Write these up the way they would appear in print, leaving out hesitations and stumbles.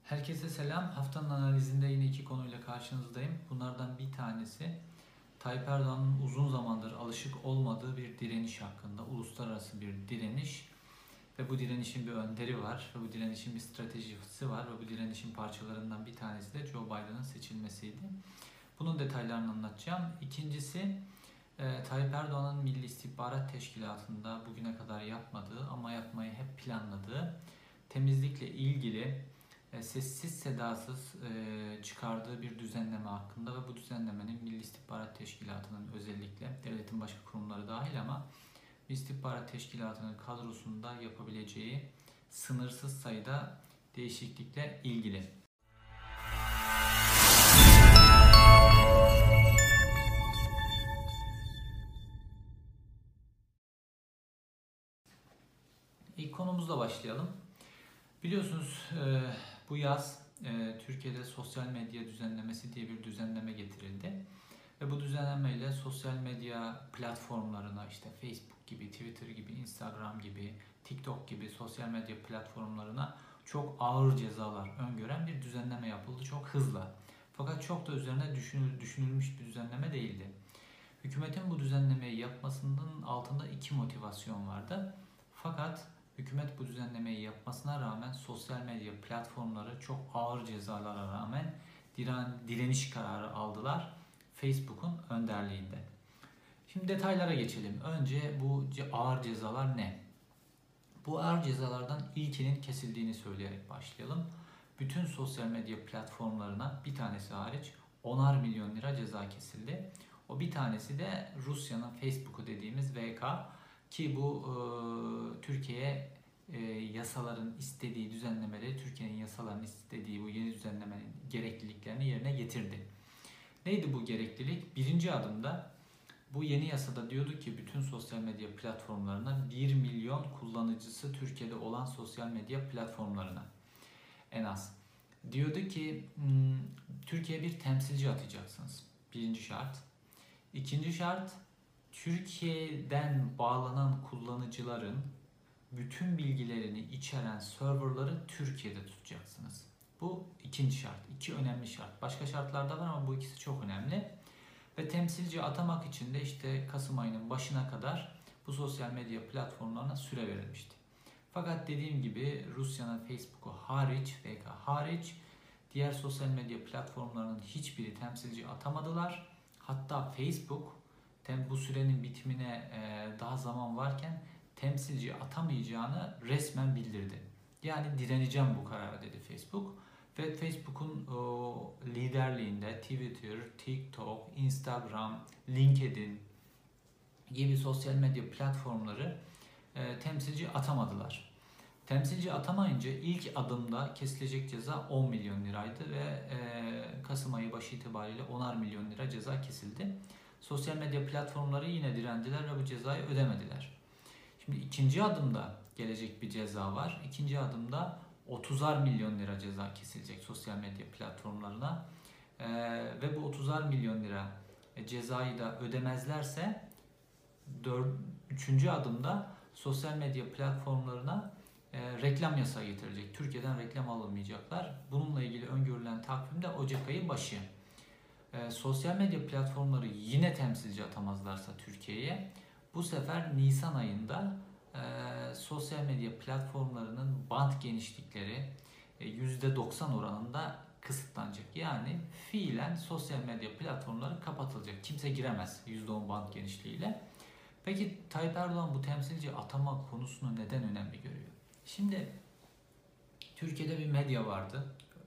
Herkese selam. Haftanın analizinde yine iki konuyla karşınızdayım. Bunlardan bir tanesi Tayyip Erdoğan'ın uzun zamandır alışık olmadığı bir direniş hakkında. Uluslararası bir direniş ve bu direnişin bir önderi var ve bu direnişin bir stratejisi var ve bu direnişin parçalarından bir tanesi de Joe Biden'ın seçilmesiydi. Bunun detaylarını anlatacağım. İkincisi Tayyip Erdoğan'ın Milli İstihbarat Teşkilatı'nda bugüne kadar yapmadığı ama yapmayı hep planladığı temizlikle ilgili sessiz sedasız çıkardığı bir düzenleme hakkında ve bu düzenlemenin Milli İstihbarat Teşkilatı'nın özellikle devletin başka kurumları dahil ama Milli İstihbarat Teşkilatı'nın kadrosunda yapabileceği sınırsız sayıda değişiklikle ilgili. İlk konumuzla başlayalım. Biliyorsunuz bu yaz Türkiye'de sosyal medya düzenlemesi diye bir düzenleme getirildi. Ve bu düzenlemeyle sosyal medya platformlarına işte Facebook gibi, Twitter gibi, Instagram gibi, TikTok gibi sosyal medya platformlarına çok ağır cezalar öngören bir düzenleme yapıldı çok hızla. Fakat çok da üzerine düşünülmüş bir düzenleme değildi. Hükümetin bu düzenlemeyi yapmasının altında iki motivasyon vardı. Fakat hükümet bu düzenlemeyi yapmasına rağmen sosyal medya platformları çok ağır cezalara rağmen direniş kararı aldılar Facebook'un önderliğinde. Şimdi detaylara geçelim. Önce bu ağır cezalar ne? Bu ağır cezalardan ilkinin kesildiğini söyleyerek başlayalım. Bütün sosyal medya platformlarına bir tanesi hariç 10'ar milyon lira ceza kesildi. O bir tanesi de Rusya'nın Facebook'u dediğimiz VK ki bu Türkiye yasaların istediği düzenlemeleri, Türkiye'nin yasaların istediği bu yeni düzenlemenin gerekliliklerini yerine getirdi. Neydi bu gereklilik? Birinci adımda bu yeni yasada diyordu ki bütün sosyal medya platformlarına 1 milyon kullanıcısı Türkiye'de olan sosyal medya platformlarına en az. Diyordu ki Türkiye'ye bir temsilci atacaksınız. Birinci şart. İkinci şart, Türkiye'den bağlanan kullanıcıların bütün bilgilerini içeren serverları Türkiye'de tutacaksınız. Bu ikinci şart. İki önemli şart. Başka şartlar da var ama bu ikisi çok önemli. Ve temsilci atamak için de işte Kasım ayının başına kadar bu sosyal medya platformlarına süre verilmişti. Fakat dediğim gibi Rusya'nın Facebook'u hariç, VK hariç diğer sosyal medya platformlarının hiçbiri temsilci atamadılar. Hatta Facebook bu sürenin bitimine daha zaman varken temsilci atamayacağını resmen bildirdi. Yani direneceğim bu karara dedi Facebook. Ve Facebook'un liderliğinde Twitter, TikTok, Instagram, LinkedIn gibi sosyal medya platformları temsilci atamadılar. Temsilci atamayınca ilk adımda kesilecek ceza 10 milyon liraydı ve Kasım ayı başı itibariyle 10'ar milyon lira ceza kesildi. Sosyal medya platformları yine direndiler ve bu cezayı ödemediler. Şimdi ikinci adımda gelecek bir ceza var. İkinci adımda 30'ar milyon lira ceza kesilecek sosyal medya platformlarına. Ve bu 30'ar milyon lira cezayı da ödemezlerse üçüncü adımda sosyal medya platformlarına reklam yasağı getirecek. Türkiye'den reklam alınmayacaklar. Bununla ilgili öngörülen takvimde Ocak ayı başı. Sosyal medya platformları yine temsilci atamazlarsa Türkiye'ye bu sefer Nisan ayında sosyal medya platformlarının bant genişlikleri %90 oranında kısıtlanacak. Yani fiilen sosyal medya platformları kapatılacak. Kimse giremez %10 bant genişliğiyle. Peki Tayyip Erdoğan bu temsilci atama konusunu neden önemli görüyor? Şimdi Türkiye'de bir medya vardı.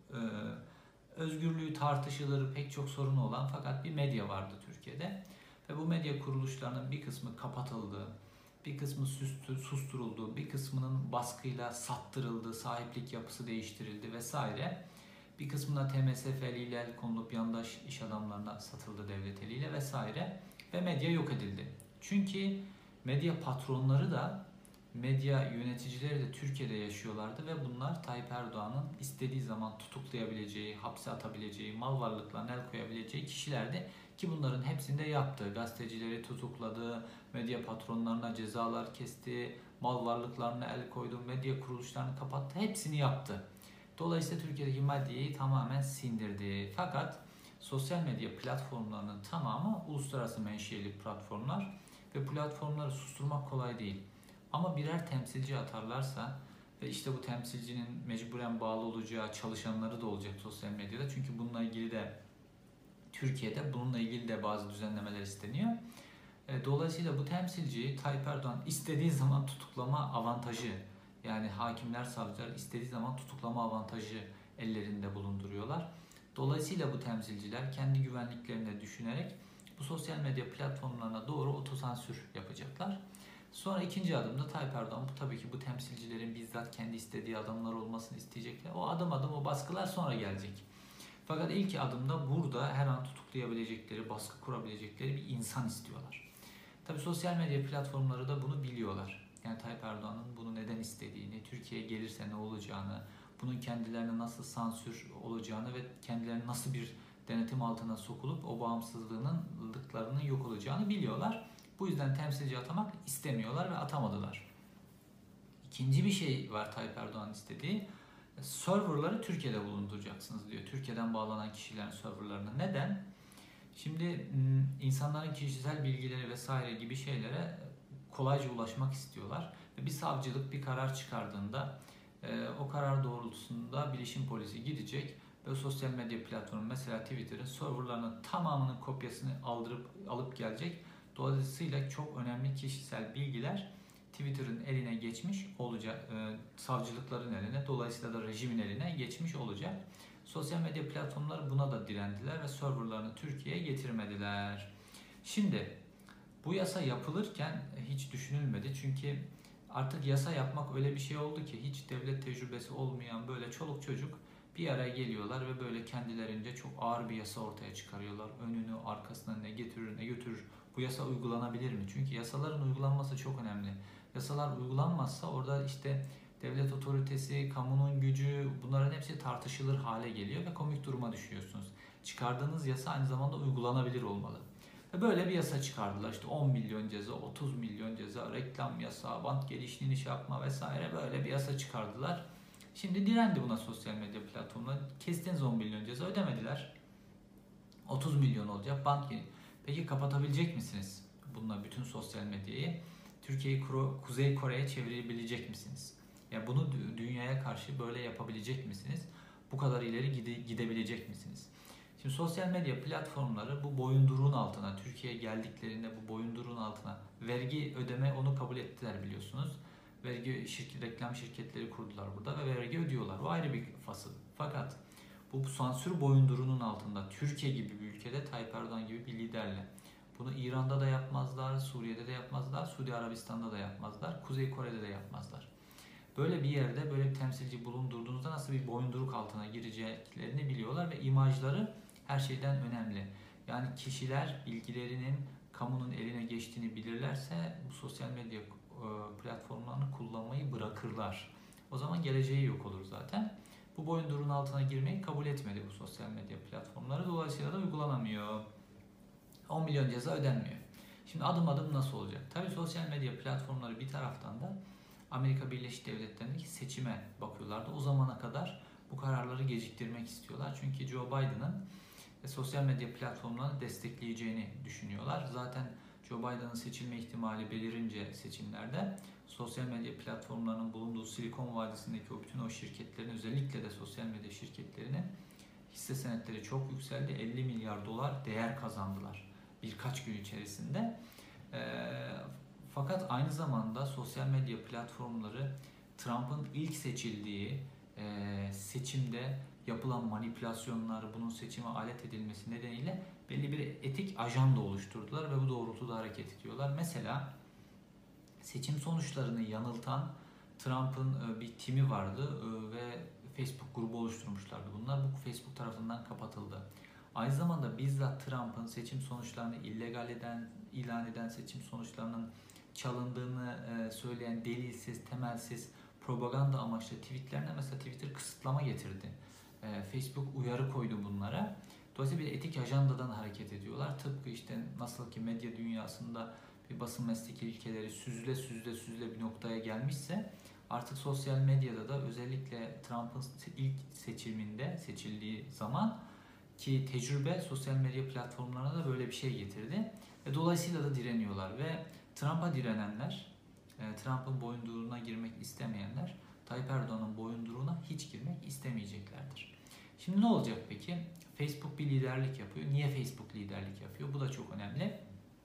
Özgürlüğü tartışılır, pek çok sorunu olan fakat bir medya vardı Türkiye'de. Ve bu medya kuruluşlarının bir kısmı kapatıldı, bir kısmı susturuldu, bir kısmının baskıyla sattırıldı, sahiplik yapısı değiştirildi vesaire. Bir kısmına TMSF eliyle el konulup yandaş iş adamlarına satıldı devlet eliyle vesaire. Ve medya yok edildi. Çünkü medya patronları da, medya yöneticileri de Türkiye'de yaşıyorlardı ve bunlar Tayyip Erdoğan'ın istediği zaman tutuklayabileceği, hapse atabileceği, mal varlıklarına el koyabileceği kişilerdi. Ki bunların hepsini de yaptı. Gazetecileri tutukladı, medya patronlarına cezalar kesti, mal varlıklarına el koydu, medya kuruluşlarını kapattı. Hepsini yaptı. Dolayısıyla Türkiye'deki medya tamamen sindirdi. Fakat sosyal medya platformlarının tamamı uluslararası menşeli platformlar ve platformları susturmak kolay değil. Ama birer temsilci atarlarsa ve işte bu temsilcinin mecburen bağlı olacağı çalışanları da olacak sosyal medyada. Çünkü bununla ilgili de Türkiye'de bununla ilgili de bazı düzenlemeler isteniyor. Dolayısıyla bu temsilci Tayyip Erdoğan istediği zaman tutuklama avantajı, yani hakimler, savcılar istediği zaman tutuklama avantajı ellerinde bulunduruyorlar. Dolayısıyla bu temsilciler kendi güvenliklerini düşünerek bu sosyal medya platformlarına doğru otosansür yapacaklar. Sonra ikinci adımda Tayyip Erdoğan tabii ki bu temsilcilerin bizzat kendi istediği adamlar olmasını isteyecekler. O adım adım o baskılar sonra gelecek. Fakat ilk adımda burada her an tutuklayabilecekleri, baskı kurabilecekleri bir insan istiyorlar. Tabii sosyal medya platformları da bunu biliyorlar. Yani Tayyip Erdoğan'ın bunu neden istediğini, Türkiye'ye gelirse ne olacağını, bunun kendilerine nasıl sansür olacağını ve kendilerinin nasıl bir denetim altına sokulup o bağımsızlıklarının yok olacağını biliyorlar. Bu yüzden temsilci atamak istemiyorlar ve atamadılar. İkinci bir şey var Tayyip Erdoğan'ın istediği. Serverları Türkiye'de bulunduracaksınız diyor. Türkiye'den bağlanan kişilerin serverlarını. Neden? Şimdi insanların kişisel bilgileri vesaire gibi şeylere kolayca ulaşmak istiyorlar. Ve bir savcılık bir karar çıkardığında o karar doğrultusunda bilişim polisi gidecek ve sosyal medya platformu, mesela Twitter'ın serverlarının tamamının kopyasını alıp gelecek. Dolayısıyla çok önemli kişisel bilgiler Twitter'ın eline geçmiş olacak, savcılıkların eline, dolayısıyla da rejimin eline geçmiş olacak. Sosyal medya platformları buna da direndiler ve serverlarını Türkiye'ye getirmediler. Şimdi bu yasa yapılırken hiç düşünülmedi, çünkü artık yasa yapmak öyle bir şey oldu ki hiç devlet tecrübesi olmayan böyle çoluk çocuk bir araya geliyorlar ve böyle kendilerince çok ağır bir yasa ortaya çıkarıyorlar. Önünü arkasına ne getirir ne götürür. Bu yasa uygulanabilir mi? Çünkü yasaların uygulanması çok önemli. Yasalar uygulanmazsa orada işte devlet otoritesi, kamunun gücü, bunların hepsi tartışılır hale geliyor ve komik duruma düşüyorsunuz. Çıkardığınız yasa aynı zamanda uygulanabilir olmalı. Ve böyle bir yasa çıkardılar. İşte 10 milyon ceza, 30 milyon ceza, reklam yasağı, bant gelişini iş yapma vesaire, böyle bir yasa çıkardılar. Şimdi direndi buna sosyal medya platformları. Kestiniz 10 milyon ceza, ödemediler. 30 milyon olacak bant gelişi. Peki kapatabilecek misiniz bununla bütün sosyal medyayı? Türkiye'yi Kuzey Kore'ye çevirebilecek misiniz? Ya bunu dünyaya karşı böyle yapabilecek misiniz? Bu kadar ileri gidebilecek misiniz? Şimdi sosyal medya platformları bu boyunduruğun altına, Türkiye'ye geldiklerinde bu boyunduruğun altına vergi ödeme, onu kabul ettiler biliyorsunuz. Reklam şirketleri kurdular burada ve vergi ödüyorlar. Bu ayrı bir fasıl. Fakat bu sansür boyunduruğunun altında Türkiye gibi bir ülkede Tayyip Erdoğan gibi bir liderle bunu İran'da da yapmazlar, Suriye'de de yapmazlar, Suudi Arabistan'da da yapmazlar, Kuzey Kore'de de yapmazlar. Böyle bir yerde böyle bir temsilci bulundurduğunuzda nasıl bir boyunduruk altına gireceklerini biliyorlar ve imajları her şeyden önemli. Yani kişiler bilgilerinin kamunun eline geçtiğini bilirlerse bu sosyal medya platformlarını kullanmayı bırakırlar. O zaman geleceği yok olur zaten. Bu boyunduruğun altına girmeyi kabul etmedi bu sosyal medya platformları. Dolayısıyla da uygulanamıyor. 10 milyon ceza ödenmiyor. Şimdi adım adım nasıl olacak? Tabii sosyal medya platformları bir taraftan da Amerika Birleşik Devletleri'ndeki seçime bakıyorlardı. O zamana kadar bu kararları geciktirmek istiyorlar. Çünkü Joe Biden'ın sosyal medya platformlarını destekleyeceğini düşünüyorlar. Zaten Joe Biden'ın seçilme ihtimali belirince seçimlerde sosyal medya platformlarının bulunduğu Silikon Vadisi'ndeki o bütün o şirketlerin, özellikle de sosyal medya şirketlerinin hisse senetleri çok yükseldi. 50 milyar dolar değer kazandılar birkaç gün içerisinde. Fakat aynı zamanda sosyal medya platformları Trump'ın ilk seçildiği seçimde yapılan manipülasyonlar, bunun seçime alet edilmesi nedeniyle belli bir etik ajanda oluşturdular ve bu doğrultuda hareket ediyorlar. Mesela seçim sonuçlarını yanıltan Trump'ın bir timi vardı ve Facebook grubu oluşturmuşlardı. Bunlar bu Facebook tarafından kapatıldı. Aynı zamanda bizzat Trump'ın seçim sonuçlarını illegal ilan eden, seçim sonuçlarının çalındığını söyleyen delilsiz, temelsiz, propaganda amaçlı tweetlerine mesela Twitter kısıtlama getirdi. Facebook uyarı koydu bunlara. Dolayısıyla bir etik ajandadan hareket ediyorlar. Tıpkı işte nasıl ki medya dünyasında bir basın mesleki ilkeleri süzüle bir noktaya gelmişse, Artık sosyal medyada da özellikle Trump'ın ilk seçildiği zaman ki tecrübe sosyal medya platformlarına da böyle bir şey getirdi. Dolayısıyla da direniyorlar ve Trump'a direnenler, Trump'ın boyunduruğuna girmek istemeyenler, Tayyip Erdoğan'ın boyunduruğuna hiç girmek istemeyeceklerdir. Şimdi ne olacak peki? Facebook bir liderlik yapıyor. Niye Facebook liderlik yapıyor? Bu da çok önemli.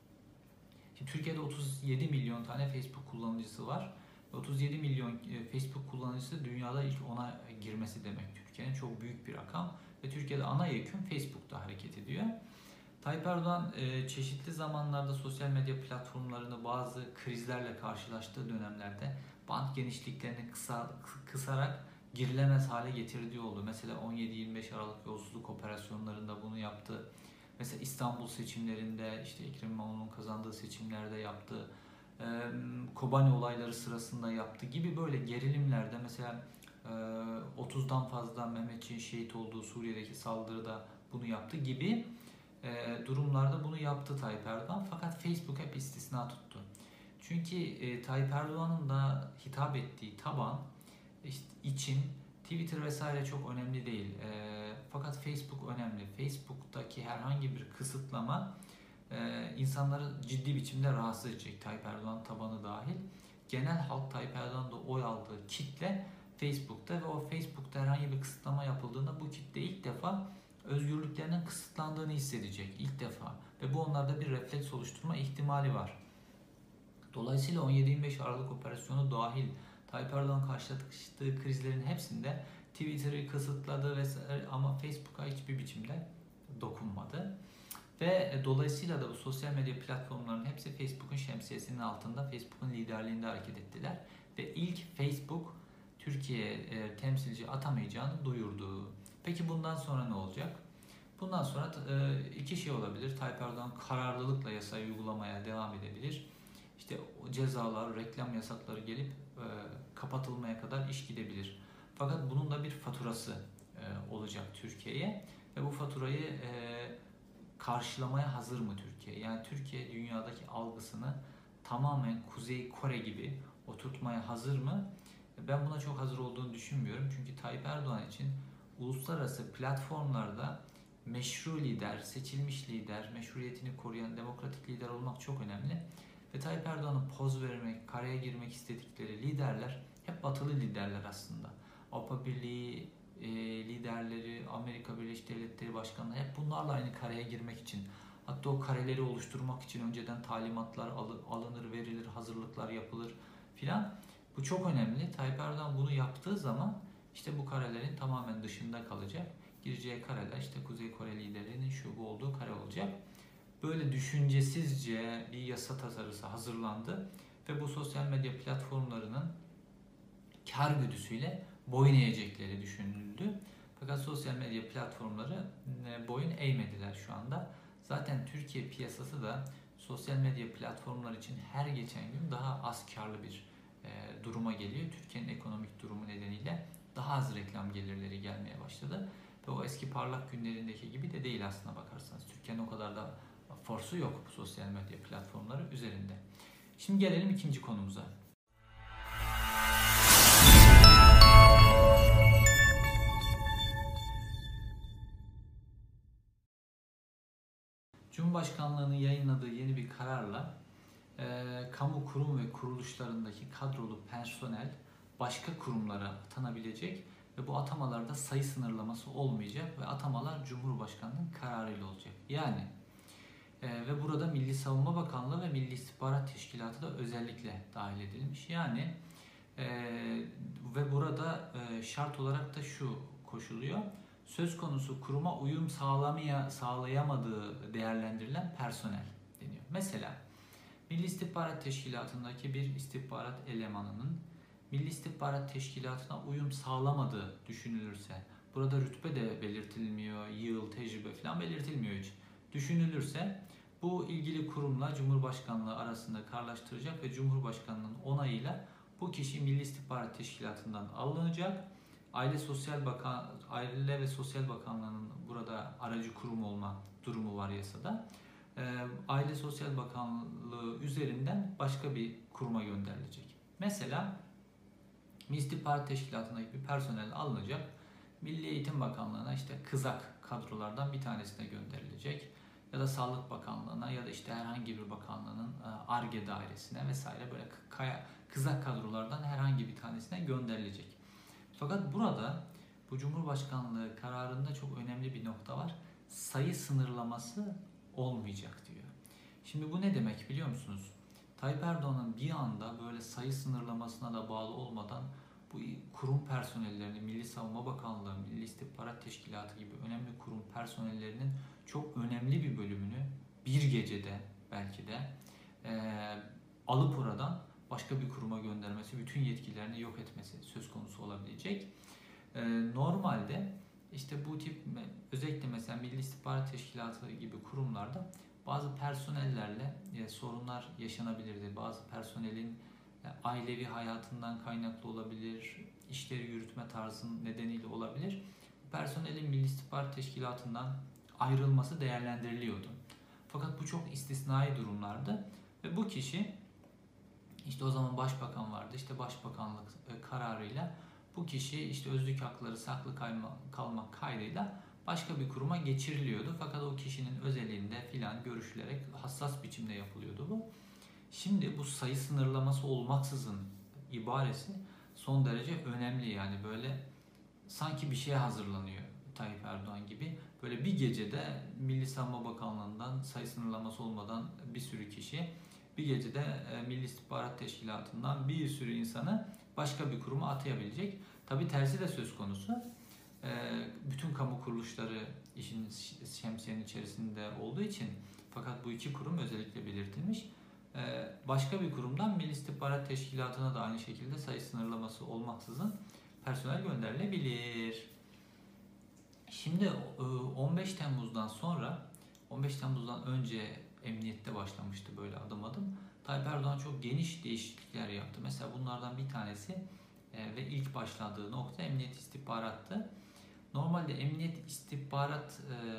Şimdi Türkiye'de 37 milyon tane Facebook kullanıcısı var. 37 milyon Facebook kullanıcısı dünyada ilk 10'a girmesi demek. Türkiye'nin çok büyük bir rakam ve Türkiye'de ana yekün Facebook'ta hareket ediyor. Tayyip Erdoğan çeşitli zamanlarda sosyal medya platformlarını bazı krizlerle karşılaştığı dönemlerde bant genişliklerini kısarak girilemez hale getirdiği oldu. Mesela 17-25 Aralık yolsuzluk operasyonlarında bunu yaptı. Mesela İstanbul seçimlerinde, işte Ekrem İmamoğlu'nun kazandığı seçimlerde yaptı. Kobani olayları sırasında yaptı gibi böyle gerilimlerde mesela 30'dan fazla Mehmetçiğin şehit olduğu Suriye'deki saldırıda bunu yaptı gibi durumlarda bunu yaptı Tayyip Erdoğan. Fakat Facebook hep istisna tuttu. Çünkü Tayyip Erdoğan'ın da hitap ettiği taban için Twitter vesaire çok önemli değil. Fakat Facebook önemli. Facebook'taki herhangi bir kısıtlama insanları ciddi biçimde rahatsız edecek. Tayyip Erdoğan tabanı dahil. Genel halk Tayyip Erdoğan'da oy aldığı kitle Facebook'ta ve o Facebook'ta herhangi bir kısıtlama yapıldığında bu kitle ilk defa özgürlüklerinin kısıtlandığını hissedecek. İlk defa. Ve bu onlarda bir refleks oluşturma ihtimali var. Dolayısıyla 17-25 Aralık operasyonu dahil Tayyip Erdoğan karşılaştığı krizlerin hepsinde Twitter'ı kısıtladı vesaire ama Facebook'a hiçbir biçimde dokunmadı. Ve dolayısıyla da bu sosyal medya platformlarının hepsi Facebook'un şemsiyesinin altında, Facebook'un liderliğinde hareket ettiler. Ve ilk Facebook Türkiye temsilci atamayacağını duyurdu. Peki bundan sonra ne olacak? Bundan sonra iki şey olabilir. Tayyip Erdoğan kararlılıkla yasayı uygulamaya devam edebilir. İşte cezalar, reklam yasakları gelip kapatılmaya kadar iş gidebilir. Fakat bunun da bir faturası olacak Türkiye'ye ve bu faturayı karşılamaya hazır mı Türkiye? Yani Türkiye dünyadaki algısını tamamen Kuzey Kore gibi oturtmaya hazır mı? Ben buna çok hazır olduğunu düşünmüyorum. Çünkü Tayyip Erdoğan için uluslararası platformlarda meşru lider, seçilmiş lider, meşruiyetini koruyan demokratik lider olmak çok önemli. Ve Tayyip Erdoğan'ın poz vermek, karaya girmek istedikleri liderler hep batılı liderler aslında. Avrupa Birliği liderleri, Amerika Birleşik Devletleri başkanları hep bunlarla aynı kareye girmek için, hatta o kareleri oluşturmak için önceden talimatlar alınır, verilir, hazırlıklar yapılır filan. Bu çok önemli. Tayyip Erdoğan bunu yaptığı zaman işte bu karelerin tamamen dışında kalacak. Gireceği kareler işte Kuzey Kore liderinin şu bu olduğu kare olacak. Böyle düşüncesizce bir yasa tasarısı hazırlandı ve bu sosyal medya platformlarının kar güdüsüyle boyun eğecekleri düşünüldü. Fakat sosyal medya platformları boyun eğmediler şu anda. Zaten Türkiye piyasası da sosyal medya platformları için her geçen gün daha az karlı bir duruma geliyor. Türkiye'nin ekonomik durumu nedeniyle daha az reklam gelirleri gelmeye başladı. Ve o eski parlak günlerindeki gibi de değil aslına bakarsanız. Türkiye'nin o kadar da forsu yok bu sosyal medya platformları üzerinde. Şimdi gelelim ikinci konumuza. Cumhurbaşkanlığı'nın yayınladığı yeni bir kararla kamu kurum ve kuruluşlarındaki kadrolu personel başka kurumlara atanabilecek ve bu atamalarda sayı sınırlaması olmayacak ve atamalar Cumhurbaşkanlığı'nın kararıyla olacak. Yani ve burada Milli Savunma Bakanlığı ve Milli İstihbarat Teşkilatı da özellikle dahil edilmiş. Yani ve burada şart olarak da şu koşuluyor. Söz konusu kuruma uyum sağlayamadığı değerlendirilen personel deniyor. Mesela Milli İstihbarat Teşkilatı'ndaki bir istihbarat elemanının Milli İstihbarat Teşkilatı'na uyum sağlamadığı düşünülürse, burada rütbe de belirtilmiyor, yıl, tecrübe falan belirtilmiyor hiç. Düşünülürse bu ilgili kurumla Cumhurbaşkanlığı arasında kararlaştıracak ve Cumhurbaşkanlığı'nın onayıyla bu kişi Milli İstihbarat Teşkilatı'ndan alınacak. Aile ve Sosyal Bakanlığı'nın burada aracı kurum olma durumu var yasada. Aile Sosyal Bakanlığı üzerinden başka bir kuruma gönderilecek. Mesela Milli İstihbarat Teşkilatı'ndaki bir personel alınacak. Milli Eğitim Bakanlığı'na işte kızak kadrolardan bir tanesine gönderilecek. Ya da Sağlık Bakanlığı'na ya da işte herhangi bir bakanlığının Ar-Ge dairesine vesaire böyle kızak kadrolardan herhangi bir tanesine gönderilecek. Fakat burada bu Cumhurbaşkanlığı kararında çok önemli bir nokta var. Sayı sınırlaması olmayacak diyor. Şimdi bu ne demek biliyor musunuz? Tayyip Erdoğan'ın bir anda böyle sayı sınırlamasına da bağlı olmadan bu kurum personellerini, Milli Savunma Bakanlığı, Milli İstihbarat Teşkilatı gibi önemli kurum personellerinin çok önemli bir bölümünü bir gecede belki de alıp oradan başka bir kuruma göndermesi, bütün yetkilerini yok etmesi söz konusu olabilecek. Normalde işte bu tip özellikle mesela Milli İstihbarat Teşkilatı gibi kurumlarda bazı personellerle sorunlar yaşanabilirdi. Bazı personelin ailevi hayatından kaynaklı olabilir, işleri yürütme tarzının nedeniyle olabilir. Personelin Milli İstihbarat Teşkilatı'ndan ayrılması değerlendiriliyordu. Fakat bu çok istisnai durumlardı ve bu kişi işte o zaman başbakan vardı. İşte başbakanlık kararıyla bu kişi işte özlük hakları saklı kalmak kaydıyla başka bir kuruma geçiriliyordu. Fakat o kişinin özelliğinde filan görüşülerek hassas biçimde yapılıyordu bu. Şimdi bu sayı sınırlaması olmaksızın ibaresi son derece önemli. Yani böyle sanki bir şeye hazırlanıyor Tayyip Erdoğan gibi. Böyle bir gecede Milli Savunma Bakanlığı'ndan sayı sınırlaması olmadan bir sürü kişi, bir gecede Milli İstihbarat Teşkilatı'ndan bir sürü insanı başka bir kuruma atayabilecek. Tabii tersi de söz konusu. Bütün kamu kuruluşları işin şemsiyenin içerisinde olduğu için, fakat bu iki kurum özellikle belirtilmiş. Başka bir kurumdan Milli İstihbarat Teşkilatı'na da aynı şekilde sayı sınırlaması olmaksızın personel gönderilebilir. Şimdi 15 Temmuz'dan sonra, 15 Temmuz'dan önce emniyette başlamıştı böyle adım adım. Tayyip Erdoğan çok geniş değişiklikler yaptı. Mesela bunlardan bir tanesi ve ilk başladığı nokta emniyet istihbarattı. Normalde emniyet istihbarat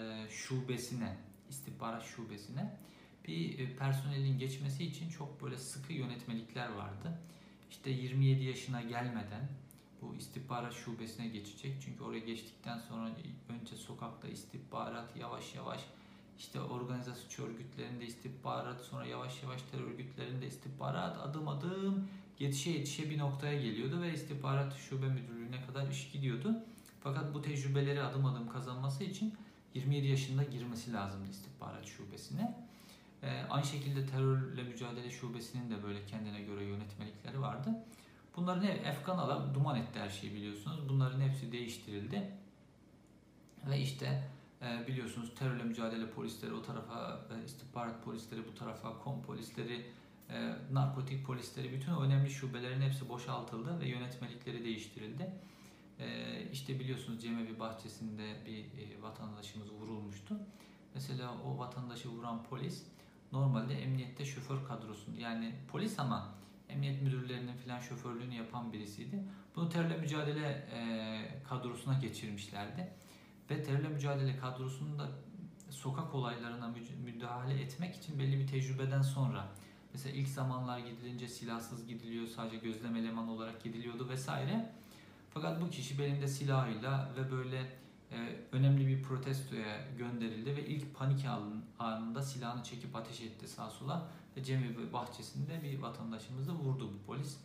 şubesine bir personelin geçmesi için çok böyle sıkı yönetmelikler vardı. İşte 27 yaşına gelmeden bu istihbarat şubesine geçecek. Çünkü oraya geçtikten sonra önce sokakta istihbarat, yavaş yavaş işte organize suç örgütlerinde istihbarat, sonra yavaş yavaş terör örgütlerinde istihbarat, adım adım yetişe bir noktaya geliyordu ve istihbarat şube müdürlüğüne kadar iş gidiyordu. Fakat bu tecrübeleri adım adım kazanması için 27 yaşında girmesi lazımdı istihbarat şubesine. Aynı şekilde terörle mücadele şubesinin de böyle kendine göre yönetmelikleri vardı. Bunların Efkan duman etti her şeyi biliyorsunuz. Bunların hepsi değiştirildi. Ve işte biliyorsunuz terörle mücadele polisleri o tarafa, istihbarat polisleri bu tarafa, kom polisleri, narkotik polisleri, bütün o önemli şubelerin hepsi boşaltıldı ve yönetmelikleri değiştirildi. İşte biliyorsunuz Cemevi Bahçesi'nde bir vatandaşımız vurulmuştu. Mesela o vatandaşı vuran polis normalde emniyette şoför kadrosunda, yani polis ama emniyet müdürlerinin filan şoförlüğünü yapan birisiydi. Bunu terörle mücadele kadrosuna geçirmişlerdi. Ve terörle mücadele kadrosunda sokak olaylarına müdahale etmek için belli bir tecrübeden sonra, mesela ilk zamanlar gidilince silahsız gidiliyor, sadece gözlem elemanı olarak gidiliyordu vesaire. Fakat bu kişi belinde silahıyla ve böyle önemli bir protestoya gönderildi ve ilk panik anında silahını çekip ateş etti sağa sola ve Cemevi Bahçesi'nde bir vatandaşımızı vurdu bu polis.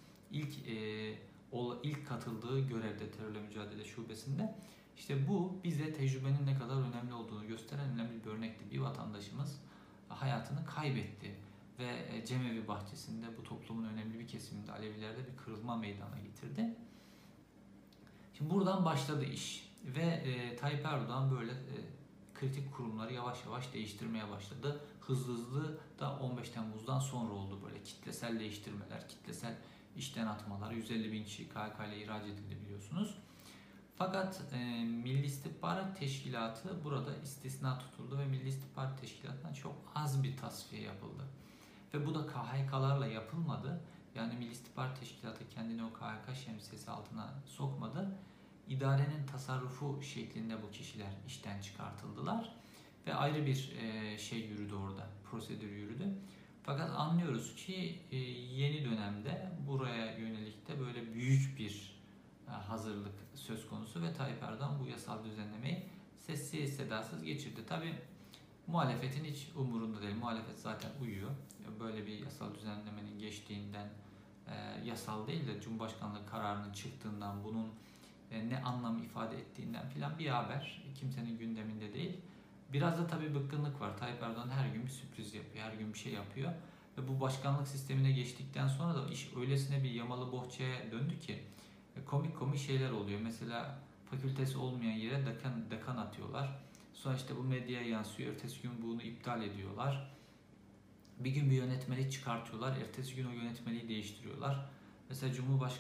İlk katıldığı görevde terörle mücadele şubesinde. İşte bu bize tecrübenin ne kadar önemli olduğunu gösteren önemli bir örnekti. Bir vatandaşımız hayatını kaybetti ve Cemevi Bahçesi'nde bu toplumun önemli bir kesiminde Alevilerde bir kırılma meydana getirdi. Şimdi buradan başladı iş ve Tayyip Erdoğan böyle kritik kurumları yavaş yavaş değiştirmeye başladı. Hızlı hızlı da 15 Temmuz'dan sonra oldu böyle kitlesel değiştirmeler, kitlesel işten atmalar. 150 bin kişi KHK ile ihraç edildi biliyorsunuz. Fakat Milli İstihbarat Teşkilatı burada istisna tutuldu ve Milli İstihbarat Teşkilatı'ndan çok az bir tasfiye yapıldı. Ve bu da KHK'larla yapılmadı. Yani Milli İstihbarat Teşkilatı kendini o KHK şemsiyesi altına sokmadı. İdarenin tasarrufu şeklinde bu kişiler işten çıkartıldılar. Ve ayrı bir şey yürüdü orada, prosedür yürüdü. Fakat anlıyoruz ki yeni dönemde buraya yönelik de böyle büyük bir hazırlık söz konusu ve Tayyip Erdoğan bu yasal düzenlemeyi sessiz sedasız geçirdi. Tabii muhalefetin hiç umurunda değil. Muhalefet zaten uyuyor. Böyle bir yasal düzenlemenin geçtiğinden, yasal değil de Cumhurbaşkanlığı kararının çıktığından, bunun ne anlam ifade ettiğinden filan bir haber. Kimsenin gündeminde değil. Biraz da tabii bıkkınlık var. Tayyip Erdoğan her gün bir sürpriz yapıyor, her gün bir şey yapıyor. Ve bu başkanlık sistemine geçtikten sonra da iş öylesine bir yamalı bohçaya döndü ki komik komik şeyler oluyor. Mesela fakültesi olmayan yere dekan atıyorlar. Sonra işte bu medyaya yansıyor. Ertesi gün bunu iptal ediyorlar. Bir gün bir yönetmeliği çıkartıyorlar. Ertesi gün o yönetmeliği değiştiriyorlar. Mesela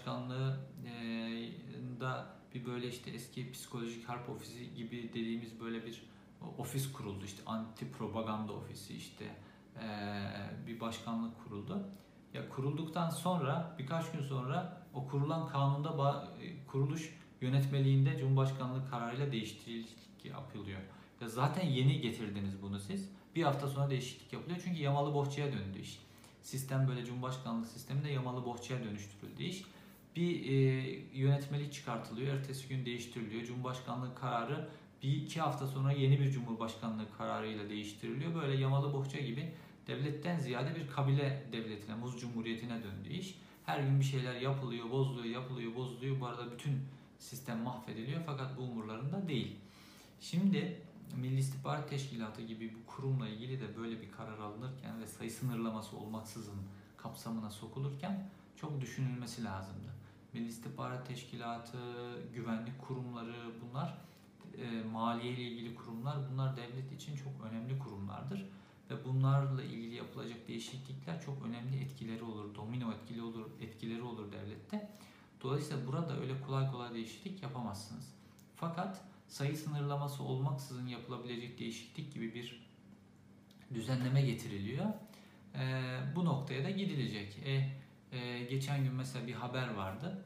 Cumhurbaşkanlığı'nda bir böyle işte eski psikolojik harp ofisi gibi dediğimiz böyle bir ofis kuruldu. İşte anti propaganda ofisi işte bir başkanlık kuruldu. Ya kurulduktan sonra birkaç gün sonra o kurulan kanunda kuruluş yönetmeliğinde Cumhurbaşkanlığı kararıyla değişiklik yapılıyor. Ya zaten yeni getirdiniz bunu siz. Bir hafta sonra değişiklik yapılıyor çünkü yamalı bohçaya döndü iş. Sistem böyle Cumhurbaşkanlığı sisteminde yamalı bohçaya dönüştürüldü iş. Bir yönetmelik çıkartılıyor, ertesi gün değiştiriliyor. Cumhurbaşkanlığı kararı bir iki hafta sonra yeni bir Cumhurbaşkanlığı kararıyla değiştiriliyor. Böyle yamalı bohça gibi devletten ziyade bir kabile devletine, muz cumhuriyetine döndü iş. Her gün bir şeyler yapılıyor, bozuluyor, yapılıyor, bozuluyor. Bu arada bütün sistem mahvediliyor fakat bu umurlarında değil. Şimdi Milli İstihbarat Teşkilatı gibi bu kurumla ilgili de böyle bir karar alınırken ve sayı sınırlaması olmaksızın kapsamına sokulurken çok düşünülmesi lazımdı. Milli İstihbarat Teşkilatı, güvenlik kurumları bunlar maliye ile ilgili kurumlar, bunlar devlet için çok önemli kurumlardır. Ve bunlarla ilgili yapılacak değişiklikler çok önemli etkileri olur, domino etkileri olur devlette. Dolayısıyla burada öyle kolay kolay değişiklik yapamazsınız. Fakat sayı sınırlaması olmaksızın yapılabilecek değişiklik gibi bir düzenleme getiriliyor. Bu noktaya da gidilecek. Geçen gün mesela bir haber vardı.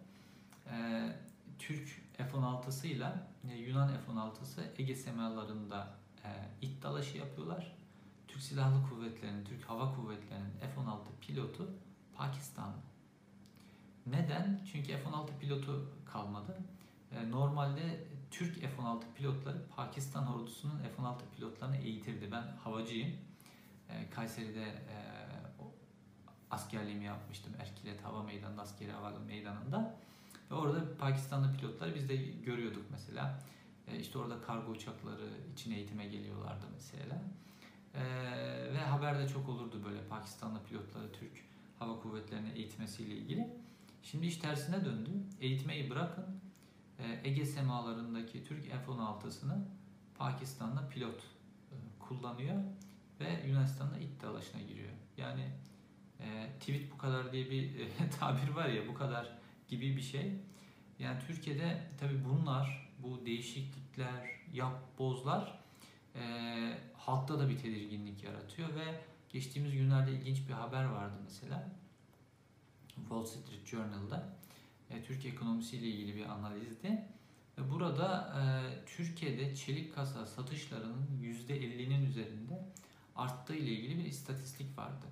Türk F-16'sı ile Yunan F-16'sı Ege semalarında it dalaşı yapıyorlar. Türk Silahlı Kuvvetleri'nin, Türk Hava Kuvvetleri'nin F-16 pilotu Pakistanlı. Neden? Çünkü F-16 pilotu kalmadı. Normalde Türk F-16 pilotları Pakistan ordusunun F-16 pilotlarını eğitirdi. Ben havacıyım. Kayseri'de askerliğimi yapmıştım. Erkilet Hava Meydanı'nda, Askeri Hava Meydanı'nda. Ve orada Pakistanlı pilotları biz de görüyorduk mesela. İşte orada kargo uçakları için eğitime geliyorlardı mesela. Ve haberde çok olurdu böyle Pakistanlı pilotları Türk Hava Kuvvetleri'ne eğitmesiyle ilgili. Şimdi iş tersine döndü. Eğitmeyi bırakın. Ege semalarındaki Türk F-16'sını Pakistan'da pilot kullanıyor ve Yunanistan'da it dalaşına giriyor. Yani tweet bu kadar diye bir tabir var ya, bu kadar gibi bir şey. Yani Türkiye'de tabii bu değişiklikler, bozlar halkta da bir tedirginlik yaratıyor ve geçtiğimiz günlerde ilginç bir haber vardı mesela. Wall Street Journal'da Türkiye ekonomisiyle ilgili bir analizdi. Ve burada Türkiye'de çelik kasa satışlarının %50'nin üzerinde arttığı ile ilgili bir istatistik vardı.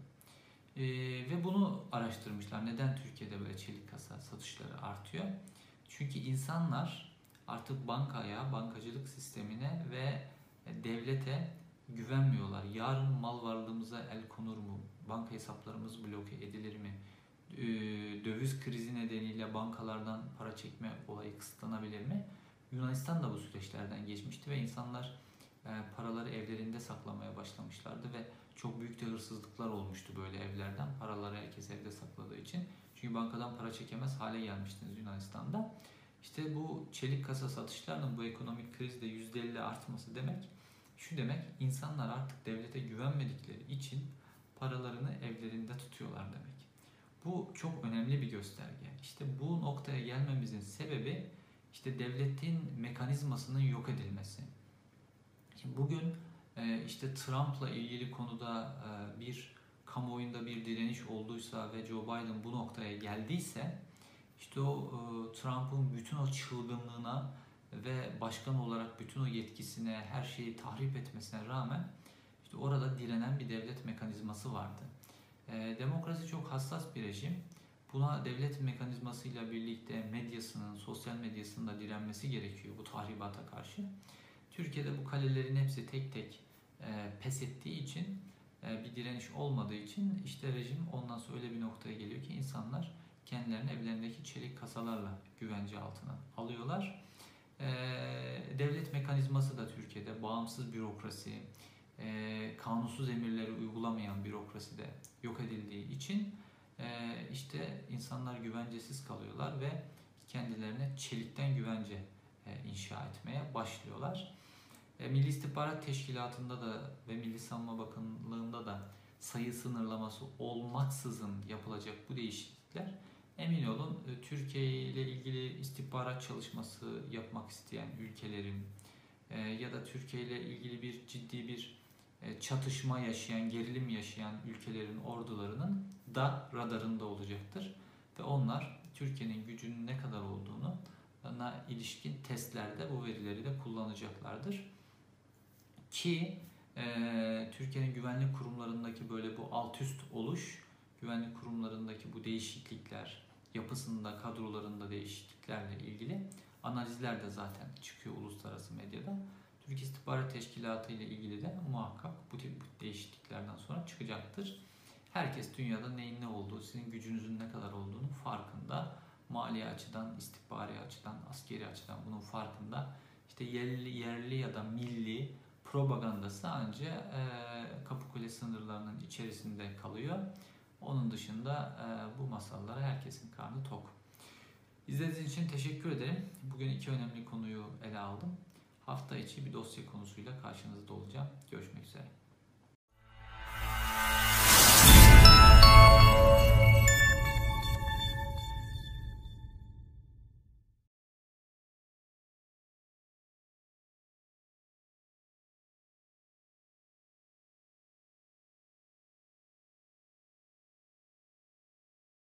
Ve bunu araştırmışlar. Neden Türkiye'de böyle çelik kasa satışları artıyor? Çünkü insanlar artık bankacılık sistemine ve devlete güvenmiyorlar. Yarın mal varlığımıza el konur mu? Banka hesaplarımız bloke edilir mi? Döviz krizi nedeniyle bankalardan para çekme olayı kısıtlanabilir mi? Yunanistan da bu süreçlerden geçmişti ve insanlar paraları evlerinde saklamaya başlamışlardı ve çok büyük de hırsızlıklar olmuştu böyle evlerden. Paraları herkes evde sakladığı için. Çünkü bankadan para çekemez hale gelmiştiniz Yunanistan'da. İşte bu çelik kasa satışlarının bu ekonomik krizde %50 artması demek şu demek: insanlar artık devlete güvenmedikleri için paralarını evlerinde tutuyorlar demek. Bu çok önemli bir gösterge. İşte bu noktaya gelmemizin sebebi işte devletin mekanizmasının yok edilmesi. Şimdi bugün işte Trump'la ilgili konuda bir kamuoyunda bir direniş olduysa ve Joe Biden bu noktaya geldiyse işte o Trump'ın bütün o çılgınlığına ve başkan olarak bütün o yetkisine, her şeyi tahrip etmesine rağmen işte orada direnen bir devlet mekanizması vardı. Demokrasi çok hassas bir rejim. Buna devlet mekanizmasıyla birlikte medyasının, sosyal medyasının da direnmesi gerekiyor bu tahribata karşı. Türkiye'de bu kalelerin hepsi tek tek pes ettiği için, bir direniş olmadığı için işte rejim ondan sonra öyle bir noktaya geliyor ki insanlar kendilerini evlerindeki çelik kasalarla güvence altına alıyorlar. Devlet mekanizması da Türkiye'de bağımsız bürokrasi, kanunsuz emirleri uygulamayan bürokrasi de yok edildiği için işte insanlar güvencesiz kalıyorlar ve kendilerine çelikten güvence inşa etmeye başlıyorlar. Milli İstihbarat Teşkilatı'nda da ve Milli Savunma Bakanlığı'nda da sayı sınırlaması olmaksızın yapılacak bu değişiklikler, emin olun Türkiye ile ilgili istihbarat çalışması yapmak isteyen ülkelerin ya da Türkiye ile ilgili bir ciddi bir çatışma yaşayan, gerilim yaşayan ülkelerin ordularının da radarında olacaktır. Ve onlar Türkiye'nin gücünün ne kadar olduğunu ilişkin testlerde bu verileri de kullanacaklardır. Ki Türkiye'nin güvenlik kurumlarındaki böyle bu alt üst oluş, güvenlik kurumlarındaki bu değişiklikler, yapısında, kadrolarında değişikliklerle ilgili analizler de zaten çıkıyor uluslararası medyada. Türk İstihbarat Teşkilatı ile ilgili de muhakkak bu tip değişikliklerden sonra çıkacaktır. Herkes dünyada neyin ne olduğu, sizin gücünüzün ne kadar olduğunu farkında. Mali açıdan, istihbari açıdan, askeri açıdan bunun farkında. İşte yerli ya da milli propagandası ancak Kapıkule sınırlarının içerisinde kalıyor. Onun dışında bu masallara herkesin karnı tok. İzlediğiniz için teşekkür ederim. Bugün iki önemli konuyu ele aldım. Hafta içi bir dosya konusuyla karşınızda olacağım. Görüşmek üzere.